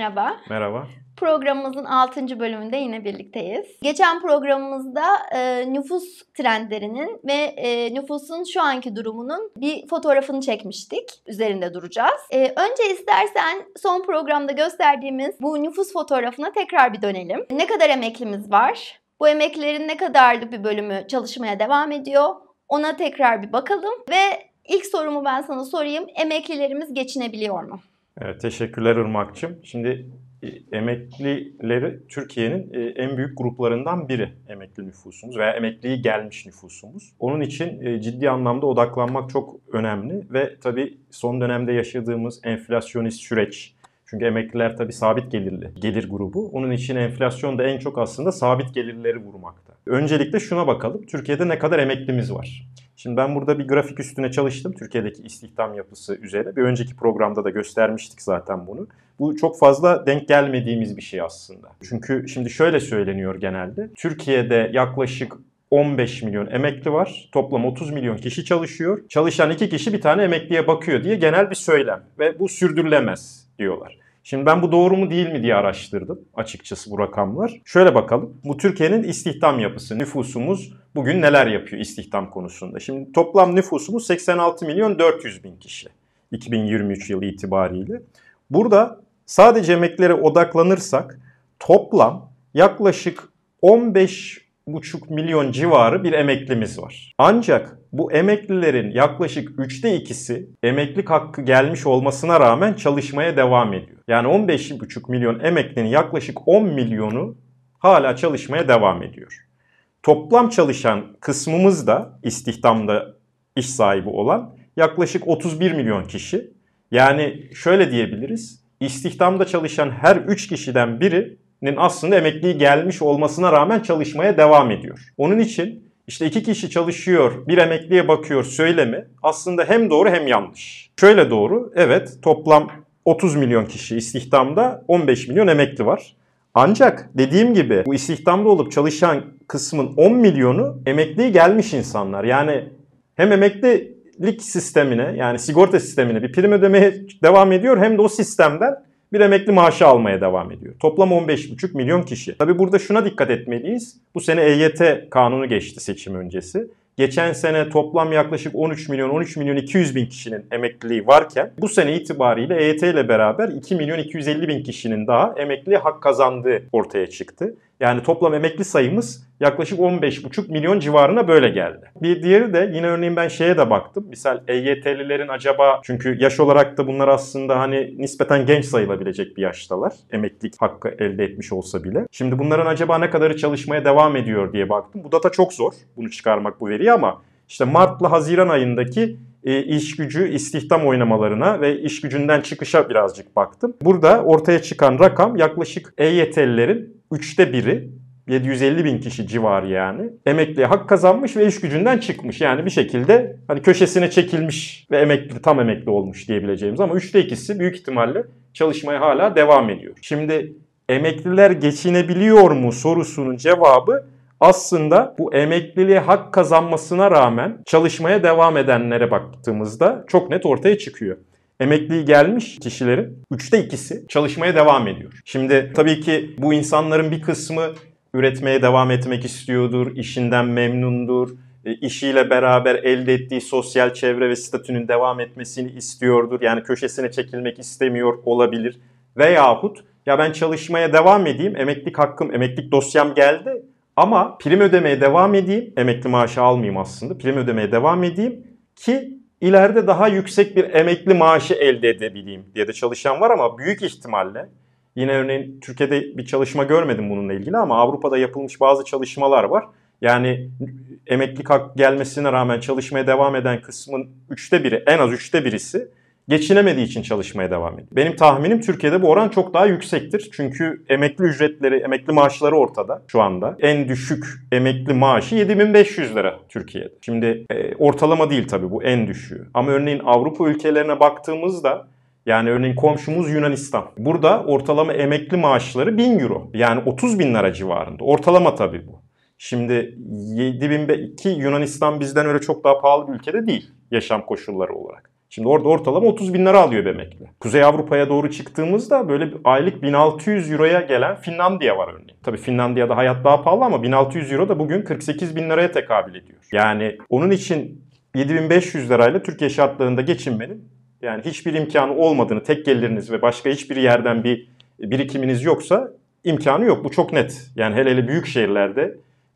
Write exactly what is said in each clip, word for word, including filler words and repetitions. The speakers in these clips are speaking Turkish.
merhaba. Merhaba. Programımızın altıncı bölümünde yine birlikteyiz. Geçen programımızda e, nüfus trendlerinin ve e, nüfusun şu anki durumunun bir fotoğrafını çekmiştik. Üzerinde duracağız. E, önce istersen son programda gösterdiğimiz bu nüfus fotoğrafına tekrar bir dönelim. Ne kadar emeklimiz var? Bu emeklilerin ne kadarlık bir bölümü çalışmaya devam ediyor? Ona tekrar bir bakalım ve ilk sorumu ben sana sorayım. Emeklilerimiz geçinebiliyor mu? Evet, teşekkürler Irmak'cığım. Şimdi emeklileri Türkiye'nin en büyük gruplarından biri emekli nüfusumuz veya emekliye gelmiş nüfusumuz. Onun için ciddi anlamda odaklanmak çok önemli ve tabii son dönemde yaşadığımız enflasyonist süreç. Çünkü emekliler tabii sabit gelirli gelir grubu. Onun için enflasyon da en çok aslında sabit gelirleri vurmakta. Öncelikle şuna bakalım. Türkiye'de ne kadar emeklimiz var? Şimdi ben burada bir grafik üstüne çalıştım. Türkiye'deki istihdam yapısı üzerine. Bir önceki programda da göstermiştik zaten bunu. Bu çok fazla denk gelmediğimiz bir şey aslında. Çünkü şimdi şöyle söyleniyor genelde. Türkiye'de yaklaşık on beş milyon emekli var. Toplam otuz milyon kişi çalışıyor. Çalışan iki kişi bir tane emekliye bakıyor diye genel bir söylem. Ve bu sürdürülemez diyorlar. Şimdi ben bu doğru mu değil mi diye araştırdım açıkçası bu rakamlar. Şöyle bakalım. Bu Türkiye'nin istihdam yapısı. Nüfusumuz bugün neler yapıyor istihdam konusunda? Şimdi toplam nüfusumuz seksen altı milyon dört yüz bin kişi. iki bin yirmi üç yılı itibariyle. Burada sadece emeklilere odaklanırsak toplam yaklaşık on beş buçuk milyon civarı bir emeklimiz var. Ancak bu emeklilerin yaklaşık üçte ikisi emeklilik hakkı gelmiş olmasına rağmen çalışmaya devam ediyor. Yani on beş buçuk milyon emeklinin yaklaşık on milyonu hala çalışmaya devam ediyor. Toplam çalışan kısmımız da istihdamda iş sahibi olan yaklaşık otuz bir milyon kişi. Yani şöyle diyebiliriz, istihdamda çalışan her üç kişiden birinin aslında emekliliği gelmiş olmasına rağmen çalışmaya devam ediyor. Onun için işte iki kişi çalışıyor, bir emekliye bakıyor söylemi aslında hem doğru hem yanlış. Şöyle doğru, evet toplam otuz milyon kişi istihdamda, on beş milyon emekli var. Ancak dediğim gibi bu istihdamda olup çalışan kısmın on milyonu emekliye gelmiş insanlar. Yani hem emeklilik sistemine yani sigorta sistemine bir prim ödemeye devam ediyor hem de o sistemden bir emekli maaşı almaya devam ediyor. Toplam on beş buçuk milyon kişi. Tabii burada şuna dikkat etmeliyiz. Bu sene E Y T kanunu geçti seçim öncesi. Geçen sene toplam yaklaşık on üç milyon on üç milyon iki yüz bin kişinin emekliliği varken bu sene itibariyle E Y T ile beraber iki milyon iki yüz elli bin kişinin daha emekliliğe hak kazandığı ortaya çıktı. Yani toplam emekli sayımız yaklaşık on beş buçuk milyon civarına böyle geldi. Bir diğeri de yine örneğin ben şeye de baktım. Misal E Y T'lilerin acaba çünkü yaş olarak da bunlar aslında hani nispeten genç sayılabilecek bir yaştalar. Emeklilik hakkı elde etmiş olsa bile. Şimdi bunların acaba ne kadarı çalışmaya devam ediyor diye baktım. Bu data çok zor bunu çıkarmak bu veriyi ama işte Mart'la Haziran ayındaki e, iş gücü istihdam oynamalarına ve iş gücünden çıkışa birazcık baktım. Burada ortaya çıkan rakam yaklaşık E Y T'lilerin üçte biri, yedi yüz elli bin kişi civarı yani emekliye hak kazanmış ve iş gücünden çıkmış. Yani bir şekilde hani köşesine çekilmiş ve emekli tam emekli olmuş diyebileceğimiz ama üçte ikisi büyük ihtimalle çalışmaya hala devam ediyor. Şimdi emekliler geçinebiliyor mu sorusunun cevabı aslında bu emekliliğe hak kazanmasına rağmen çalışmaya devam edenlere baktığımızda çok net ortaya çıkıyor. Emekliliği gelmiş kişilerin üçte ikisi çalışmaya devam ediyor. Şimdi tabii ki bu insanların bir kısmı üretmeye devam etmek istiyordur, işinden memnundur, işiyle beraber elde ettiği sosyal çevre ve statünün devam etmesini istiyordur. Yani köşesine çekilmek istemiyor olabilir. Veyahut ya ben çalışmaya devam edeyim, emeklilik hakkım, emeklilik dosyam geldi ama prim ödemeye devam edeyim, emekli maaşı almayayım aslında, prim ödemeye devam edeyim ki İleride daha yüksek bir emekli maaşı elde edebileyim diye de çalışan var ama büyük ihtimalle yine örneğin Türkiye'de bir çalışma görmedim bununla ilgili ama Avrupa'da yapılmış bazı çalışmalar var. Yani emeklilik hak gelmesine rağmen çalışmaya devam eden kısmın üçte biri, en az üçte birisi geçinemediği için çalışmaya devam ediyor. Benim tahminim Türkiye'de bu oran çok daha yüksektir. Çünkü emekli ücretleri, emekli maaşları ortada şu anda. En düşük emekli maaşı yedi bin beş yüz lira Türkiye'de. Şimdi e, ortalama değil tabii bu en düşüğü. Ama örneğin Avrupa ülkelerine baktığımızda yani örneğin komşumuz Yunanistan. Burada ortalama emekli maaşları bin euro. Yani otuz bin lira civarında. Ortalama tabii bu. Şimdi yedi bin ki Yunanistan bizden öyle çok daha pahalı bir ülkede değil yaşam koşulları olarak. Şimdi orada ortalama otuz bin lira alıyor bir emekli. Kuzey Avrupa'ya doğru çıktığımızda böyle aylık bin altı yüz euroya gelen Finlandiya var örneğin. Tabii Finlandiya'da hayat daha pahalı ama bin altı yüz euro da bugün kırk sekiz bin liraya tekabül ediyor. Yani onun için yedi bin beş yüz lirayla Türkiye şartlarında geçinmenin yani hiçbir imkanı olmadığını, tek geliriniz ve başka hiçbir yerden bir birikiminiz yoksa imkanı yok. Bu çok net. Yani hele hele büyük şehirlerde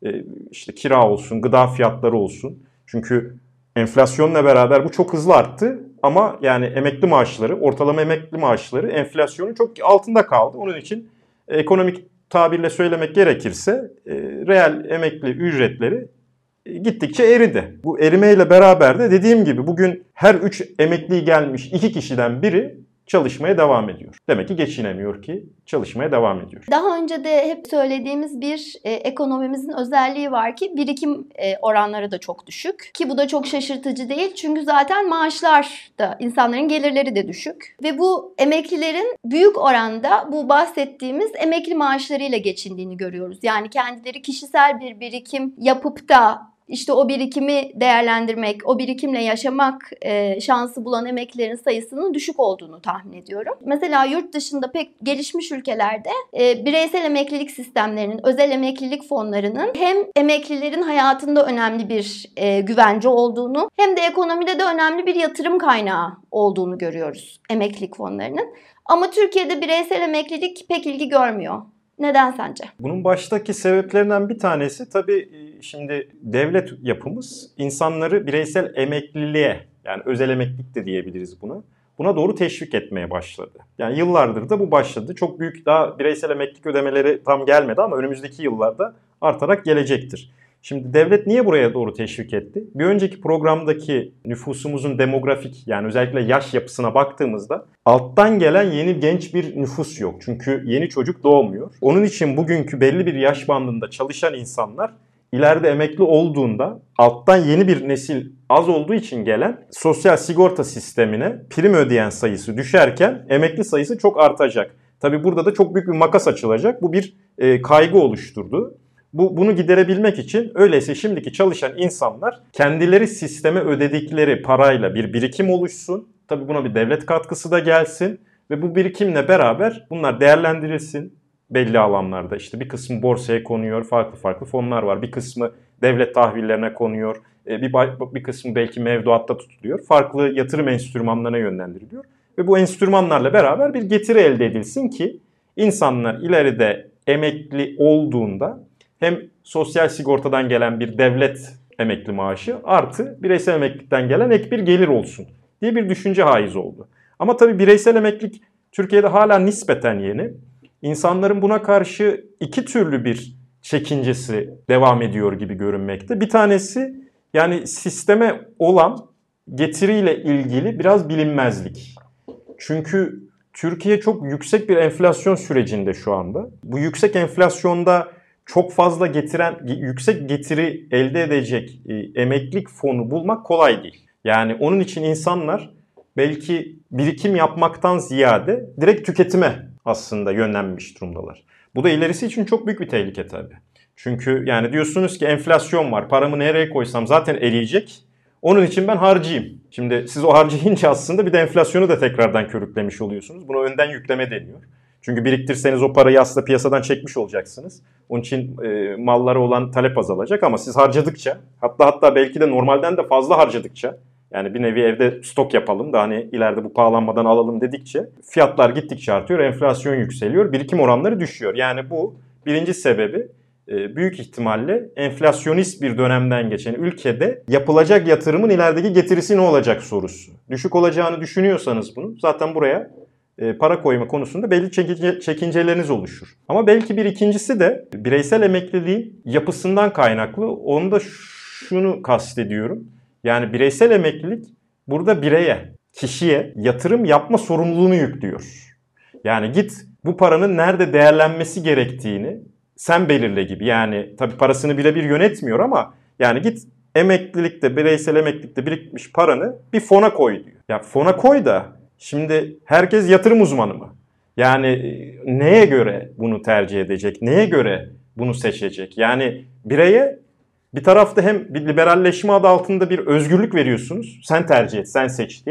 işte kira olsun, gıda fiyatları olsun. Çünkü enflasyonla beraber bu çok hızlı arttı ama yani emekli maaşları, ortalama emekli maaşları enflasyonun çok altında kaldı. Onun için ekonomik tabirle söylemek gerekirse reel emekli ücretleri gittikçe eridi. Bu erimeyle beraber de dediğim gibi bugün her üç emekli gelmiş iki kişiden biri çalışmaya devam ediyor. Demek ki geçinemiyor ki çalışmaya devam ediyor. Daha önce de hep söylediğimiz bir e, ekonomimizin özelliği var ki birikim e, oranları da çok düşük. Ki bu da çok şaşırtıcı değil. Çünkü zaten maaşlar da, insanların gelirleri de düşük. Ve bu emeklilerin büyük oranda bu bahsettiğimiz emekli maaşlarıyla geçindiğini görüyoruz. Yani kendileri kişisel bir birikim yapıp da İşte o birikimi değerlendirmek, o birikimle yaşamak e, şansı bulan emeklilerin sayısının düşük olduğunu tahmin ediyorum. Mesela yurt dışında pek gelişmiş ülkelerde e, bireysel emeklilik sistemlerinin, özel emeklilik fonlarının hem emeklilerin hayatında önemli bir e, güvence olduğunu hem de ekonomide de önemli bir yatırım kaynağı olduğunu görüyoruz emeklilik fonlarının. Ama Türkiye'de bireysel emeklilik pek ilgi görmüyor. Neden sence? Bunun baştaki sebeplerinden bir tanesi tabii şimdi devlet yapımız insanları bireysel emekliliğe, yani özel emeklilik de diyebiliriz buna, buna doğru teşvik etmeye başladı. Yani yıllardır da bu başladı. Çok büyük daha bireysel emeklilik ödemeleri tam gelmedi ama önümüzdeki yıllarda artarak gelecektir. Şimdi devlet niye buraya doğru teşvik etti? Bir önceki programdaki nüfusumuzun demografik, yani özellikle yaş yapısına baktığımızda alttan gelen yeni genç bir nüfus yok. Çünkü yeni çocuk doğmuyor. Onun için bugünkü belli bir yaş bandında çalışan insanlar ileride emekli olduğunda alttan yeni bir nesil az olduğu için gelen sosyal sigorta sistemine prim ödeyen sayısı düşerken emekli sayısı çok artacak. Tabii burada da çok büyük bir makas açılacak. Bu bir e, kaygı oluşturdu. Bu, bunu giderebilmek için öyleyse şimdiki çalışan insanlar kendileri sisteme ödedikleri parayla bir birikim oluşsun. Tabii buna bir devlet katkısı da gelsin ve bu birikimle beraber bunlar değerlendirilsin belli alanlarda. İşte bir kısmı borsaya konuyor, farklı farklı fonlar var. Bir kısmı devlet tahvillerine konuyor, bir, bir kısmı belki mevduatta tutuluyor. Farklı yatırım enstrümanlarına yönlendiriliyor. Ve bu enstrümanlarla beraber bir getiri elde edilsin ki insanlar ileride emekli olduğunda hem sosyal sigortadan gelen bir devlet emekli maaşı artı bireysel emeklilikten gelen ek bir gelir olsun diye bir düşünce haiz oldu. Ama tabii bireysel emeklilik Türkiye'de hala nispeten yeni. İnsanların buna karşı iki türlü bir çekincesi devam ediyor gibi görünmekte. Bir tanesi yani sisteme olan getiriyle ilgili biraz bilinmezlik. Çünkü Türkiye çok yüksek bir enflasyon sürecinde şu anda. Bu yüksek enflasyonda çok fazla getiren, yüksek getiri elde edecek e, emeklilik fonu bulmak kolay değil. Yani onun için insanlar belki birikim yapmaktan ziyade direkt tüketime aslında yönlenmiş durumdalar. Bu da ilerisi için çok büyük bir tehlike tabii. Çünkü yani diyorsunuz ki enflasyon var, paramı nereye koysam zaten eriyecek. Onun için ben harcayayım. Şimdi siz o harcayınca aslında bir de enflasyonu da tekrardan körüklemiş oluyorsunuz. Buna önden yükleme deniyor. Çünkü biriktirseniz o parayı aslında piyasadan çekmiş olacaksınız. Onun için e, mallara olan talep azalacak ama siz harcadıkça, hatta hatta belki de normalden de fazla harcadıkça, yani bir nevi evde stok yapalım da hani ileride bu pahalanmadan alalım dedikçe fiyatlar gittikçe artıyor, enflasyon yükseliyor, birikim oranları düşüyor. Yani bu birinci sebebi e, büyük ihtimalle enflasyonist bir dönemden geçen ülkede yapılacak yatırımın ilerideki getirisi ne olacak sorusu. Düşük olacağını düşünüyorsanız bunu zaten buraya para koyma konusunda belli çekince, çekinceleriniz oluşur. Ama belki bir ikincisi de bireysel emekliliğin yapısından kaynaklı. Onu da şunu kastediyorum. Yani bireysel emeklilik burada bireye, kişiye yatırım yapma sorumluluğunu yüklüyor. Yani git bu paranın nerede değerlenmesi gerektiğini sen belirle gibi. Yani tabii parasını birebir yönetmiyor ama yani git emeklilikte, bireysel emeklilikte birikmiş paranı bir fona koy diyor. Ya fona koy da şimdi herkes yatırım uzmanı mı? Yani neye göre bunu tercih edecek? Neye göre bunu seçecek? Yani bireye bir tarafta hem bir liberalleşme adı altında bir özgürlük veriyorsunuz. Sen tercih et, sen seç diye.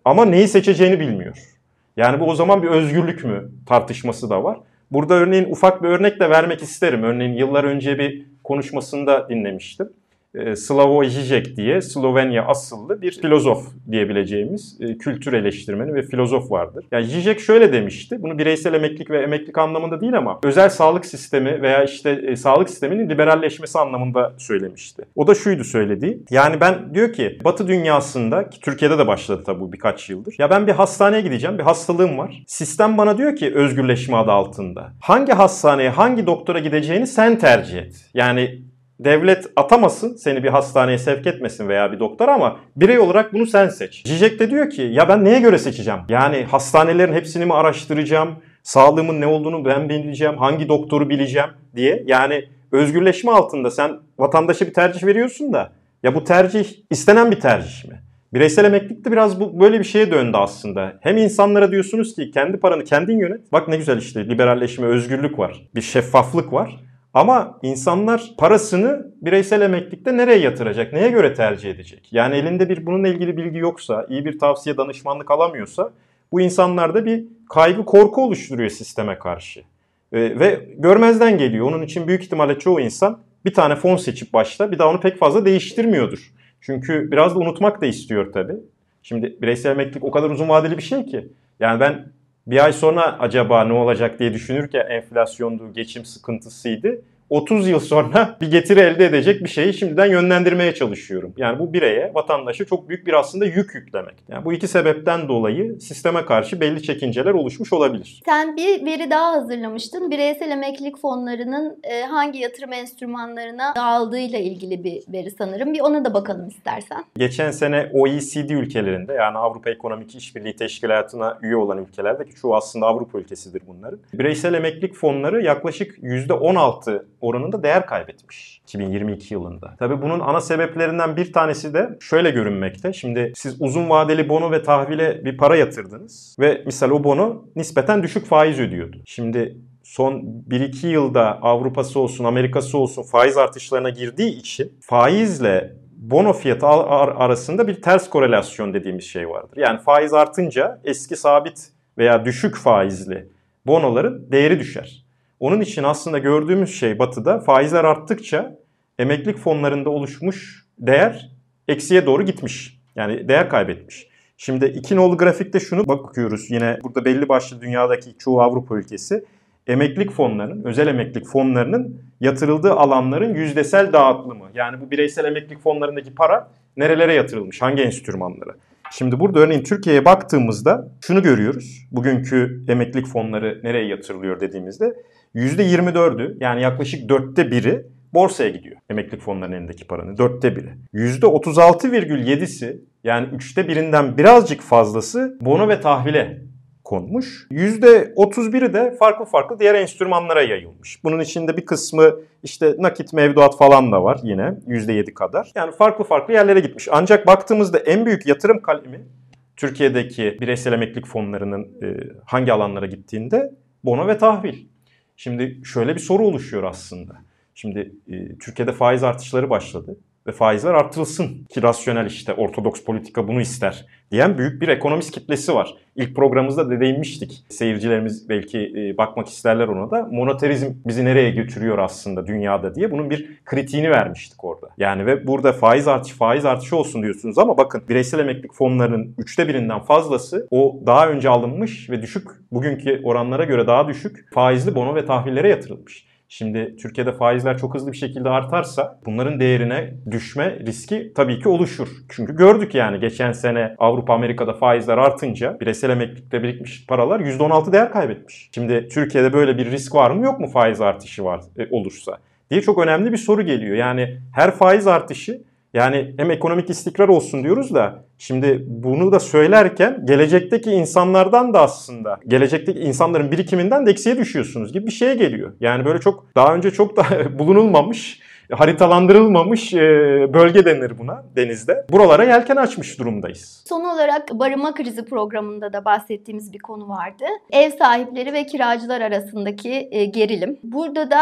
Ama neyi seçeceğini bilmiyor. Yani bu o zaman bir özgürlük mü tartışması da var. Burada örneğin ufak bir örnek de vermek isterim. Örneğin yıllar önce bir konuşmasında dinlemiştim. Slavoj Žižek diye Slovenya asıllı bir filozof diyebileceğimiz kültür eleştirmeni ve filozof vardır. Yani Žižek şöyle demişti. Bunu bireysel emeklilik ve emeklilik anlamında değil ama özel sağlık sistemi veya işte e, sağlık sisteminin liberalleşmesi anlamında söylemişti. O da şuydu söylediği. Yani ben diyor ki Batı dünyasında, ki Türkiye'de de başladı tabii bu birkaç yıldır. Ya ben bir hastaneye gideceğim, bir hastalığım var. Sistem bana diyor ki özgürleşme adı altında. Hangi hastaneye, hangi doktora gideceğini sen tercih et. Yani devlet atamasın, seni bir hastaneye sevk etmesin veya bir doktor ama birey olarak bunu sen seç. Žižek de diyor ki ya ben neye göre seçeceğim? Yani hastanelerin hepsini mi araştıracağım? Sağlığımın ne olduğunu ben bileceğim, hangi doktoru bileceğim diye. Yani özgürleşme altında sen vatandaşa bir tercih veriyorsun da ya bu tercih istenen bir tercih mi? Bireysel emeklilik de biraz bu, böyle bir şeye döndü aslında. Hem insanlara diyorsunuz ki kendi paranı kendin yönet. Bak ne güzel işte liberalleşme, özgürlük var, bir şeffaflık var. Ama insanlar parasını bireysel emeklilikte nereye yatıracak, neye göre tercih edecek? Yani elinde bir bununla ilgili bilgi yoksa, iyi bir tavsiye, danışmanlık alamıyorsa bu insanlarda bir kaygı, korku oluşturuyor sisteme karşı. Ee, ve görmezden geliyor. Onun için büyük ihtimalle çoğu insan bir tane fon seçip başlar, bir daha onu pek fazla değiştirmiyordur. Çünkü biraz da unutmak da istiyor tabii. Şimdi bireysel emeklilik o kadar uzun vadeli bir şey ki. Yani ben bir ay sonra acaba ne olacak diye düşünürken enflasyondu, geçim sıkıntısıydı. otuz yıl sonra bir getiri elde edecek bir şeyi şimdiden yönlendirmeye çalışıyorum. Yani bu bireye, vatandaşa çok büyük bir aslında yük yüklemek. Yani bu iki sebepten dolayı sisteme karşı belli çekinceler oluşmuş olabilir. Sen bir veri daha hazırlamıştın. Bireysel emeklilik fonlarının hangi yatırım enstrümanlarına dağıldığıyla ilgili bir veri sanırım. Bir ona da bakalım istersen. Geçen sene O E C D ülkelerinde, yani Avrupa Ekonomik İşbirliği Teşkilatı'na üye olan ülkelerde, ki çoğu aslında Avrupa ülkesidir bunların, bireysel emeklilik fonları yaklaşık yüzde on altı oranında değer kaybetmiş iki bin yirmi iki yılında. Tabii bunun ana sebeplerinden bir tanesi de şöyle görünmekte. Şimdi siz uzun vadeli bono ve tahvile bir para yatırdınız ve misal o bono nispeten düşük faiz ödüyordu. Şimdi son bir iki yılda Avrupa'sı olsun, Amerika'sı olsun faiz artışlarına girdiği için faizle bono fiyatı arasında bir ters korelasyon dediğimiz şey vardır. Yani faiz artınca eski sabit veya düşük faizli bonoların değeri düşer. Onun için aslında gördüğümüz şey Batı'da faizler arttıkça emeklilik fonlarında oluşmuş değer eksiye doğru gitmiş. Yani değer kaybetmiş. Şimdi iki nolu grafikte şunu bakıyoruz. Yine burada belli başlı dünyadaki çoğu Avrupa ülkesi emeklilik fonlarının, özel emeklilik fonlarının yatırıldığı alanların yüzdesel dağıtımı. Yani bu bireysel emeklilik fonlarındaki para nerelere yatırılmış, hangi enstrümanlara? Şimdi burada örneğin Türkiye'ye baktığımızda şunu görüyoruz. Bugünkü emeklilik fonları nereye yatırılıyor dediğimizde yüzde yirmi dördü, yani yaklaşık dörtte biri borsaya gidiyor. Emeklilik fonlarının elindeki paranın dörtte biri. yüzde otuz altı virgül yedisi, yani üçte birinden birazcık fazlası bono ve tahvile konmuş. yüzde otuz biri de farklı farklı diğer enstrümanlara yayılmış. Bunun içinde bir kısmı işte nakit mevduat falan da var yine yüzde yedi kadar. Yani farklı farklı yerlere gitmiş. Ancak baktığımızda en büyük yatırım kalemi Türkiye'deki bireysel emeklilik fonlarının hangi alanlara gittiğinde bono ve tahvil. Şimdi şöyle bir soru oluşuyor aslında. Şimdi e, Türkiye'de faiz artışları başladı ve faizler artırılsın ki rasyonel işte ortodoks politika bunu ister diyen büyük bir ekonomist kitlesi var. İlk programımızda da değinmiştik. Seyircilerimiz belki e, bakmak isterler ona da. Moneterizm bizi nereye götürüyor aslında dünyada diye bunun bir kritiğini vermiştik orada. Yani ve burada faiz artışı faiz artışı olsun diyorsunuz ama bakın bireysel emeklilik fonlarının üçte birinden fazlası o daha önce alınmış ve düşük, bugünkü oranlara göre daha düşük faizli bono ve tahvillere yatırılmış. Şimdi Türkiye'de faizler çok hızlı bir şekilde artarsa bunların değerine düşme riski tabii ki oluşur. Çünkü gördük yani geçen sene Avrupa, Amerika'da faizler artınca bireysel emeklilikte birikmiş paralar yüzde on altı değer kaybetmiş. Şimdi Türkiye'de böyle bir risk var mı yok mu faiz artışı var e, olursa diye çok önemli bir soru geliyor. Yani her faiz artışı, yani hem ekonomik istikrar olsun diyoruz da şimdi bunu da söylerken gelecekteki insanlardan da aslında gelecekteki insanların birikiminden de eksiye düşüyorsunuz gibi bir şeye geliyor. Yani böyle çok daha önce çok da bulunulmamış, haritalandırılmamış bölge denir buna denizde. Buralara yelken açmış durumdayız. Son olarak barınma krizi programında da bahsettiğimiz bir konu vardı. Ev sahipleri ve kiracılar arasındaki gerilim. Burada da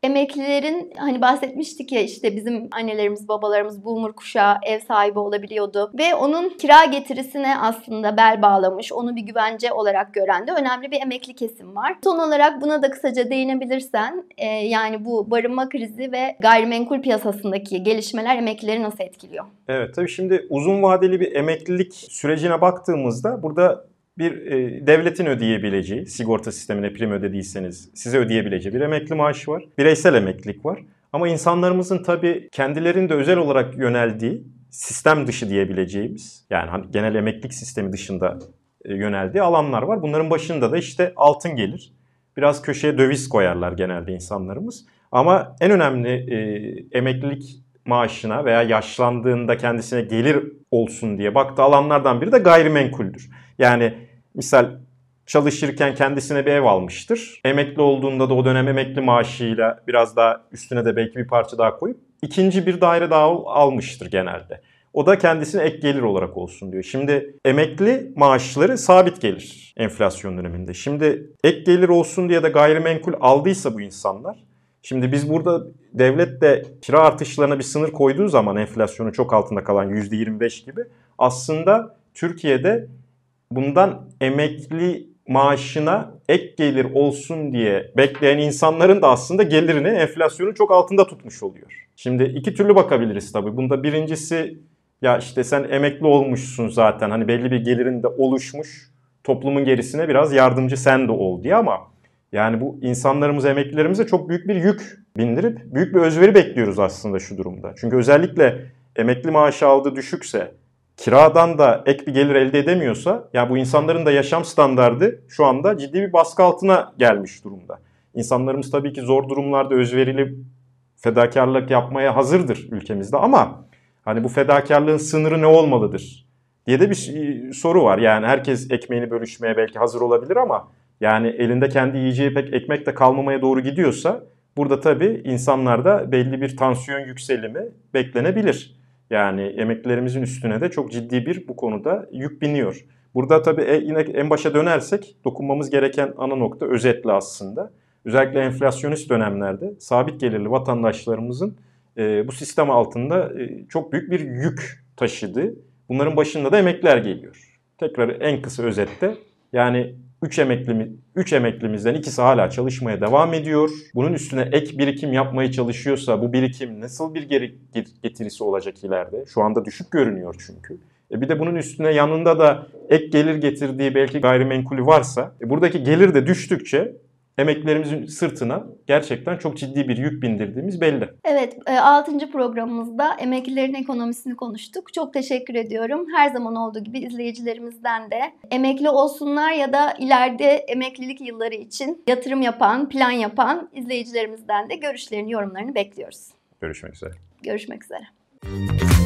Emeklilerin hani bahsetmiştik ya işte bizim annelerimiz, babalarımız boomer kuşağı ev sahibi olabiliyordu ve onun kira getirisine aslında bel bağlamış, onu bir güvence olarak gören de önemli bir emekli kesim var. Son olarak buna da kısaca değinebilirsen e, yani bu barınma krizi ve gayrimenkul piyasasındaki gelişmeler emeklileri nasıl etkiliyor? Evet, tabii şimdi uzun vadeli bir emeklilik sürecine baktığımızda burada bir e, devletin ödeyebileceği, sigorta sistemine prim ödediyseniz size ödeyebileceği bir emekli maaşı var. Bireysel emeklilik var. Ama insanlarımızın tabii kendilerinin de özel olarak yöneldiği sistem dışı diyebileceğimiz, yani hani genel emeklilik sistemi dışında e, yöneldiği alanlar var. Bunların başında da işte altın gelir. Biraz köşeye döviz koyarlar genelde insanlarımız. Ama en önemli e, emeklilik maaşına veya yaşlandığında kendisine gelir olsun diye baktığı alanlardan biri de gayrimenkuldür. Yani misal çalışırken kendisine bir ev almıştır. Emekli olduğunda da o dönem emekli maaşıyla biraz daha üstüne de belki bir parça daha koyup ikinci bir daire daha almıştır genelde. O da kendisine ek gelir olarak olsun diyor. Şimdi emekli maaşları sabit gelir enflasyon döneminde. Şimdi ek gelir olsun diye de gayrimenkul aldıysa bu insanlar, şimdi biz burada devlet de kira artışlarına bir sınır koyduğu zaman enflasyonun çok altında kalan yüzde yirmi beş gibi aslında Türkiye'de bundan emekli maaşına ek gelir olsun diye bekleyen insanların da aslında gelirini enflasyonun çok altında tutmuş oluyor. Şimdi iki türlü bakabiliriz tabii. Bunda birincisi ya işte sen emekli olmuşsun zaten hani belli bir gelirin de oluşmuş toplumun gerisine biraz yardımcı sen de ol diye ama yani bu insanlarımıza, emeklilerimize çok büyük bir yük bindirip büyük bir özveri bekliyoruz aslında şu durumda. Çünkü özellikle emekli maaşı aldığı düşükse, kiradan da ek bir gelir elde edemiyorsa, yani bu insanların da yaşam standardı şu anda ciddi bir baskı altına gelmiş durumda. İnsanlarımız tabii ki zor durumlarda özverili fedakarlık yapmaya hazırdır ülkemizde ama hani bu fedakarlığın sınırı ne olmalıdır diye de bir soru var. Yani herkes ekmeğini bölüşmeye belki hazır olabilir ama yani elinde kendi yiyeceği pek ekmek de kalmamaya doğru gidiyorsa burada tabii insanlarda belli bir tansiyon yükselimi beklenebilir. Yani emeklilerimizin üstüne de çok ciddi bir bu konuda yük biniyor. Burada tabii yine en başa dönersek dokunmamız gereken ana nokta özetle aslında. Özellikle enflasyonist dönemlerde sabit gelirli vatandaşlarımızın e, bu sistem altında e, çok büyük bir yük taşıdığı. Bunların başında da emekliler geliyor. Tekrar en kısa özette yani üç emeklimiz, üç emeklimizden ikisi hala çalışmaya devam ediyor. Bunun üstüne ek birikim yapmaya çalışıyorsa bu birikim nasıl bir geri getirisi olacak ileride? Şu anda düşük görünüyor çünkü. E bir de bunun üstüne yanında da ek gelir getirdiği belki gayrimenkulü varsa e buradaki gelir de düştükçe emeklilerimizin sırtına gerçekten çok ciddi bir yük bindirdiğimiz belli. Evet, altıncı programımızda emeklilerin ekonomisini konuştuk. Çok teşekkür ediyorum. Her zaman olduğu gibi izleyicilerimizden de emekli olsunlar ya da ileride emeklilik yılları için yatırım yapan, plan yapan izleyicilerimizden de görüşlerini, yorumlarını bekliyoruz. Görüşmek üzere. Görüşmek üzere.